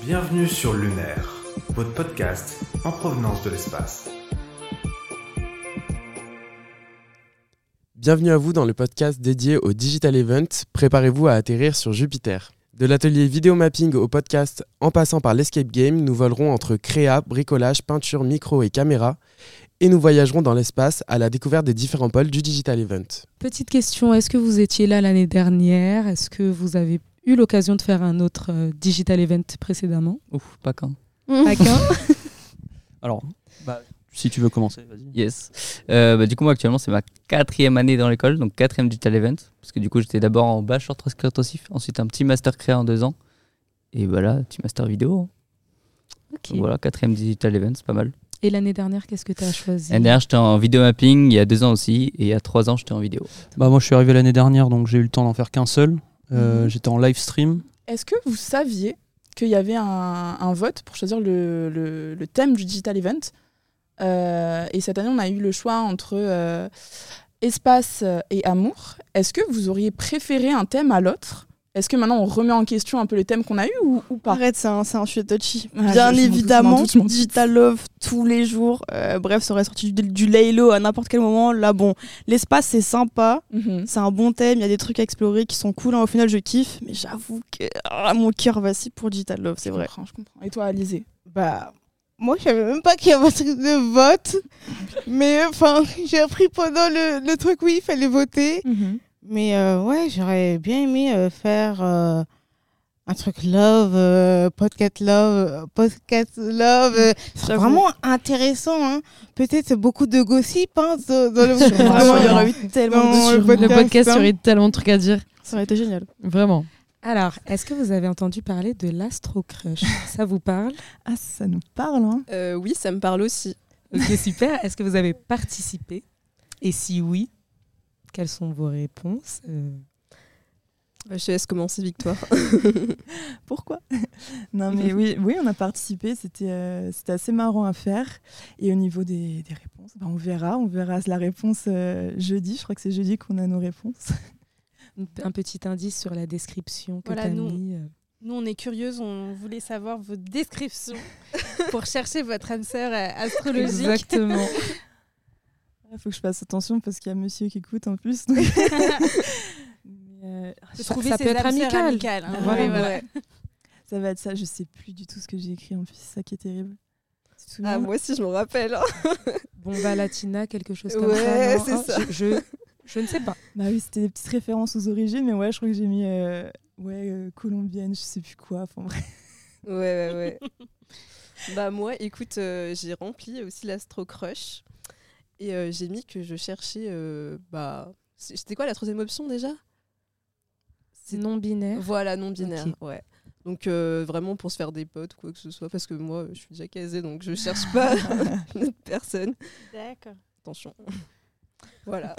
Bienvenue sur Lunaire, votre podcast en provenance de l'espace. Bienvenue à vous dans le podcast dédié au Digital Event. Préparez-vous à atterrir sur Jupiter. De l'atelier vidéo mapping au podcast en passant par l'escape game, nous volerons entre créa, bricolage, peinture, micro et caméra. Et nous voyagerons dans l'espace à la découverte des différents pôles du Digital Event. Petite question, est-ce que vous étiez là l'année dernière ? Est-ce que vous avez eu l'occasion de faire un autre Digital Event précédemment ? Ouf, pas qu'un. Pas qu'un ? Alors, si tu veux commencer, vas-y. Yes. Du coup, moi, actuellement, c'est ma 4e année dans l'école, donc 4e Digital Event. Parce que du coup, j'étais d'abord en bachelor transcrit intensif, ensuite un petit master créa en 2 ans. Et voilà, petit master vidéo. Ok. Donc voilà, 4e Digital Event, c'est pas mal. Et l'année dernière, qu'est-ce que tu as choisi ? L'année dernière, j'étais en vidéo mapping, il y a 2 ans aussi, et il y a 3 ans, j'étais en vidéo. Moi, je suis arrivé l'année dernière, donc j'ai eu le temps d'en faire qu'un seul. J'étais en live stream. Est-ce que vous saviez qu'il y avait un vote pour choisir le thème du Digital Event ? Et cette année, on a eu le choix entre espace et amour. Est-ce que vous auriez préféré un thème à l'autre ? Est-ce que maintenant, on remet en question un peu les thèmes qu'on a eus ou pas ? Arrête, c'est un sujet touchy. Ah, Bien je m'en évidemment, doute. Digital Love tous les jours. Bref, ça aurait sorti du Laylo à n'importe quel moment. Là, bon, l'espace, c'est sympa. C'est un bon thème. Il y a des trucs à explorer qui sont cool. Au final, je kiffe. Mais j'avoue que mon cœur vacille pour Digital Love, c'est vrai. Je comprends. Et toi, Alizé ? Moi, je savais même pas qu'il y avait un truc de vote. Mais enfin, j'ai appris pendant le truc, oui, il fallait voter. Mais ouais, j'aurais bien aimé faire un truc love, podcast love. C'est vraiment intéressant. Hein. Peut-être beaucoup de gossip dans le Vraiment, il y aurait eu tellement de Le podcast, il y aurait tellement de trucs à dire. Ça aurait été génial. Vraiment. Alors, est-ce que vous avez entendu parler de l'Astro Crush ? Ça vous parle ? Ah, ça nous parle, hein ? Oui, ça me parle aussi. Ok, super. Est-ce que vous avez participé ? Et si oui, quelles sont vos réponses ? Je te laisse commencer, Victoire. Pourquoi ? Non, mais oui, on a participé. C'était assez marrant à faire. Et au niveau des réponses, on verra la réponse jeudi. Je crois que c'est jeudi qu'on a nos réponses. Un petit indice sur la description que tu as nous, mis. Nous, on est curieuses, on voulait savoir votre description pour chercher votre âme sœur astrologique. Exactement. Il faut que je fasse attention parce qu'il y a monsieur qui écoute en plus. Ça peut être amical. Hein. Voilà. Ça va être ça. Je sais plus du tout ce que j'ai écrit en plus. C'est ça qui est terrible. Ah, moi aussi, je me rappelle. Bomba Latina, quelque chose comme ça. Ouais, Non, c'est ça. Je ne sais pas. Bah oui, c'était des petites références aux origines, mais ouais, je crois que j'ai mis colombienne, je sais plus quoi. Enfin bref. Ouais. Moi, écoute, j'ai rempli aussi l'Astro Crush et j'ai mis que je cherchais. C'était quoi la 3e option déjà ? C'est non-binaire. Voilà, non-binaire, Okay. ouais. Donc vraiment pour se faire des potes ou quoi que ce soit, parce que moi, je suis déjà casée, donc je cherche pas une autre personne. D'accord. Attention. Voilà.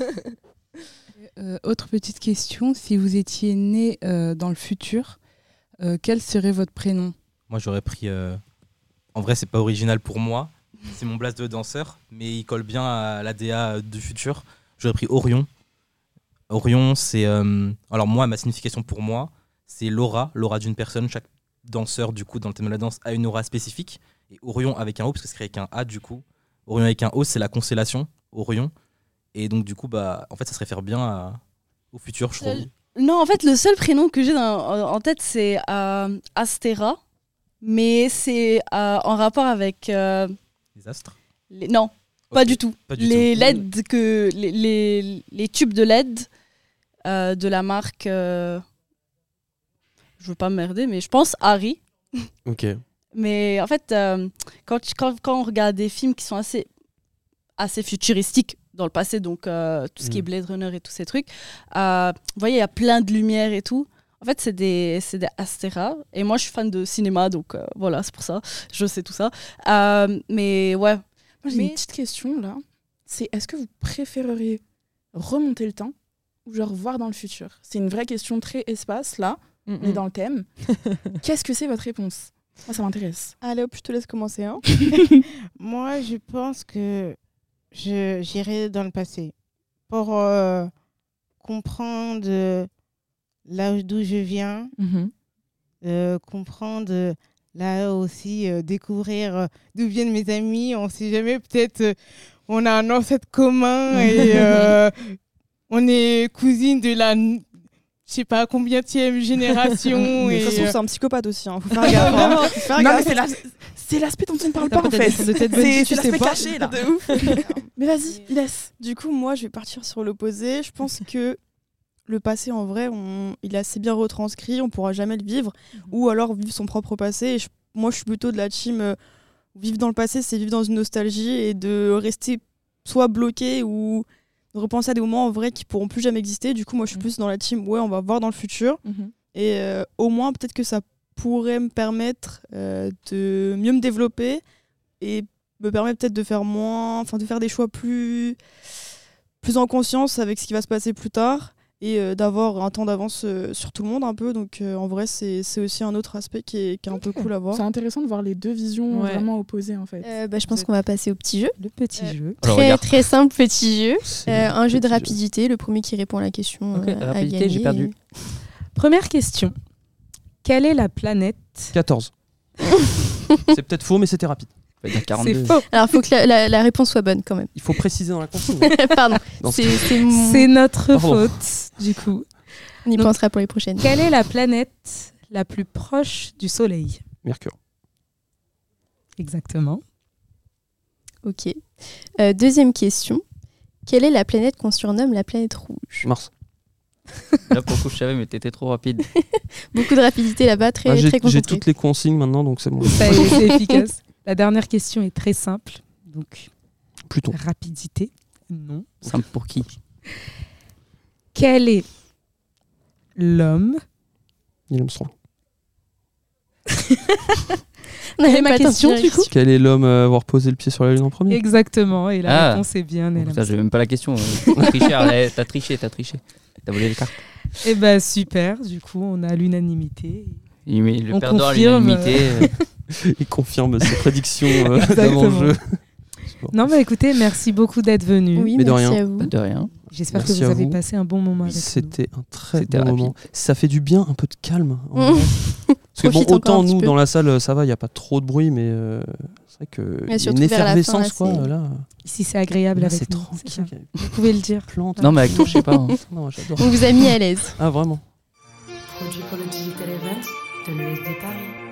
Autre petite question, si vous étiez né dans le futur, quel serait votre prénom ? Moi, j'aurais pris... En vrai, c'est pas original pour moi. C'est mon blast de danseur, mais il colle bien à l'ADA du futur. J'aurais pris Orion. Orion, c'est... Alors moi, ma signification pour moi, c'est l'aura d'une personne. Chaque danseur, du coup, dans le thème de la danse, a une aura spécifique. Et Orion avec un O, parce que c'est avec un A, du coup. Orion avec un O, c'est la constellation, Orion. Et donc, du coup, en fait, ça se réfère bien au futur, je trouve. Non, en fait, le seul prénom que j'ai en tête, c'est Astéra. Mais c'est en rapport avec... Les astres ? Non, pas du tout. Pas du les tout. LED, les tubes de LED de la marque... je veux pas me merder, mais je pense Harry. Ok. Mais en fait, quand on regarde des films qui sont assez futuristiques dans le passé, donc tout ce qui est Blade Runner et tous ces trucs, vous voyez, il y a plein de lumière et tout. En fait, c'est des Astéra. Et moi, je suis fan de cinéma, donc voilà, c'est pour ça. Je sais tout ça. Mais ouais. Moi, j'ai une petite question, là. C'est est-ce que vous préféreriez remonter le temps ou genre voir dans le futur ? C'est une vraie question très espace, là. On est dans le thème. Qu'est-ce que c'est votre réponse ? Moi, ça m'intéresse. Allez hop, je te laisse commencer. Hein. Moi, je pense que j'irai dans le passé pour comprendre là d'où je viens, comprendre là aussi, découvrir d'où viennent mes amis. On ne sait jamais, peut-être on a un ancêtre commun et on est cousine de la... Je sais pas combienième génération. De et toute façon, c'est un psychopathe aussi. Faut faire gaffe. Hein. Faut faire Non, gaffe. mais c'est l'aspect dont on ne parle pas en fait. C'est l'aspect caché là. De ouf. Mais vas-y, laisse. Du coup, moi, je vais partir sur l'opposé. Je pense que le passé, en vrai, il est assez bien retranscrit. On pourra jamais le vivre. Ou alors vivre son propre passé. Et moi, je suis plutôt de la team vivre dans le passé, c'est vivre dans une nostalgie et de rester soit bloqué ou de repenser à des moments en vrai qui pourront plus jamais exister. Du coup, moi, je suis plus dans la team, ouais, on va voir dans le futur. Et au moins, peut-être que ça pourrait me permettre de mieux me développer et me permettre peut-être de faire de faire des choix plus en conscience avec ce qui va se passer plus tard et d'avoir un temps d'avance sur tout le monde un peu. Donc en vrai, c'est aussi un autre aspect qui est un peu cool à voir. C'est intéressant de voir les deux visions vraiment opposées en fait. Je pense qu'on va passer au petit jeu. Le petit jeu. Très simple petit jeu. Un jeu de rapidité. Le premier qui répond à la question a rapidité, gagné. j'ai perdu. Première question. Quelle est la planète 14. C'est peut-être faux, mais c'était rapide. C'est faux. Alors, il faut que la réponse soit bonne quand même. Il faut préciser dans la consigne. Pardon. C'est notre faute, du coup. On y pensera pour les prochaines. Quelle est la planète la plus proche du Soleil? Mercure. Exactement. Ok. Deuxième question. Quelle est la planète qu'on surnomme la planète rouge? Mars. Là, pour le coup, je savais, mais t'étais trop rapide. Beaucoup de rapidité là-bas, très concentré. J'ai toutes les consignes maintenant, donc c'est bon. C'est efficace. La dernière question est très simple. Donc, Pluton. Rapidité, non. Simple pour qui? Quel est l'homme? Neil Armstrong. Quelle est ma question du coup? Quel est l'homme à avoir posé le pied sur la Lune en premier? Exactement, et la réponse est bien. Ça, j'ai même pas la question. T'as triché. T'as volé les cartes. Eh ben super, du coup, on a l'unanimité. Le perdant à l'unanimité. Il confirme ses prédictions d'avant-jeu. Non, mais écoutez, merci beaucoup d'être venu. Oui, mais de merci rien. à vous. De rien. J'espère que vous avez passé un bon moment avec nous. C'était un très bon moment. Ça fait du bien, un peu de calme. Parce que bon, Profite autant encore un petit nous peu. dans la salle, ça va, il n'y a pas trop de bruit, mais c'est vrai que Mais y a surtout une vers la fin, effervescence, là, quoi. c'est- Là, Ici, c'est agréable là, avec c'est nous. tranquille. c'est ça. Vous pouvez le dire. Plante. Non, mais avec toi, je sais pas. Hein. Non, j'adore. On vous a mis à l'aise. Ah, vraiment. Produit pour le Digital Event de l'ESD Paris.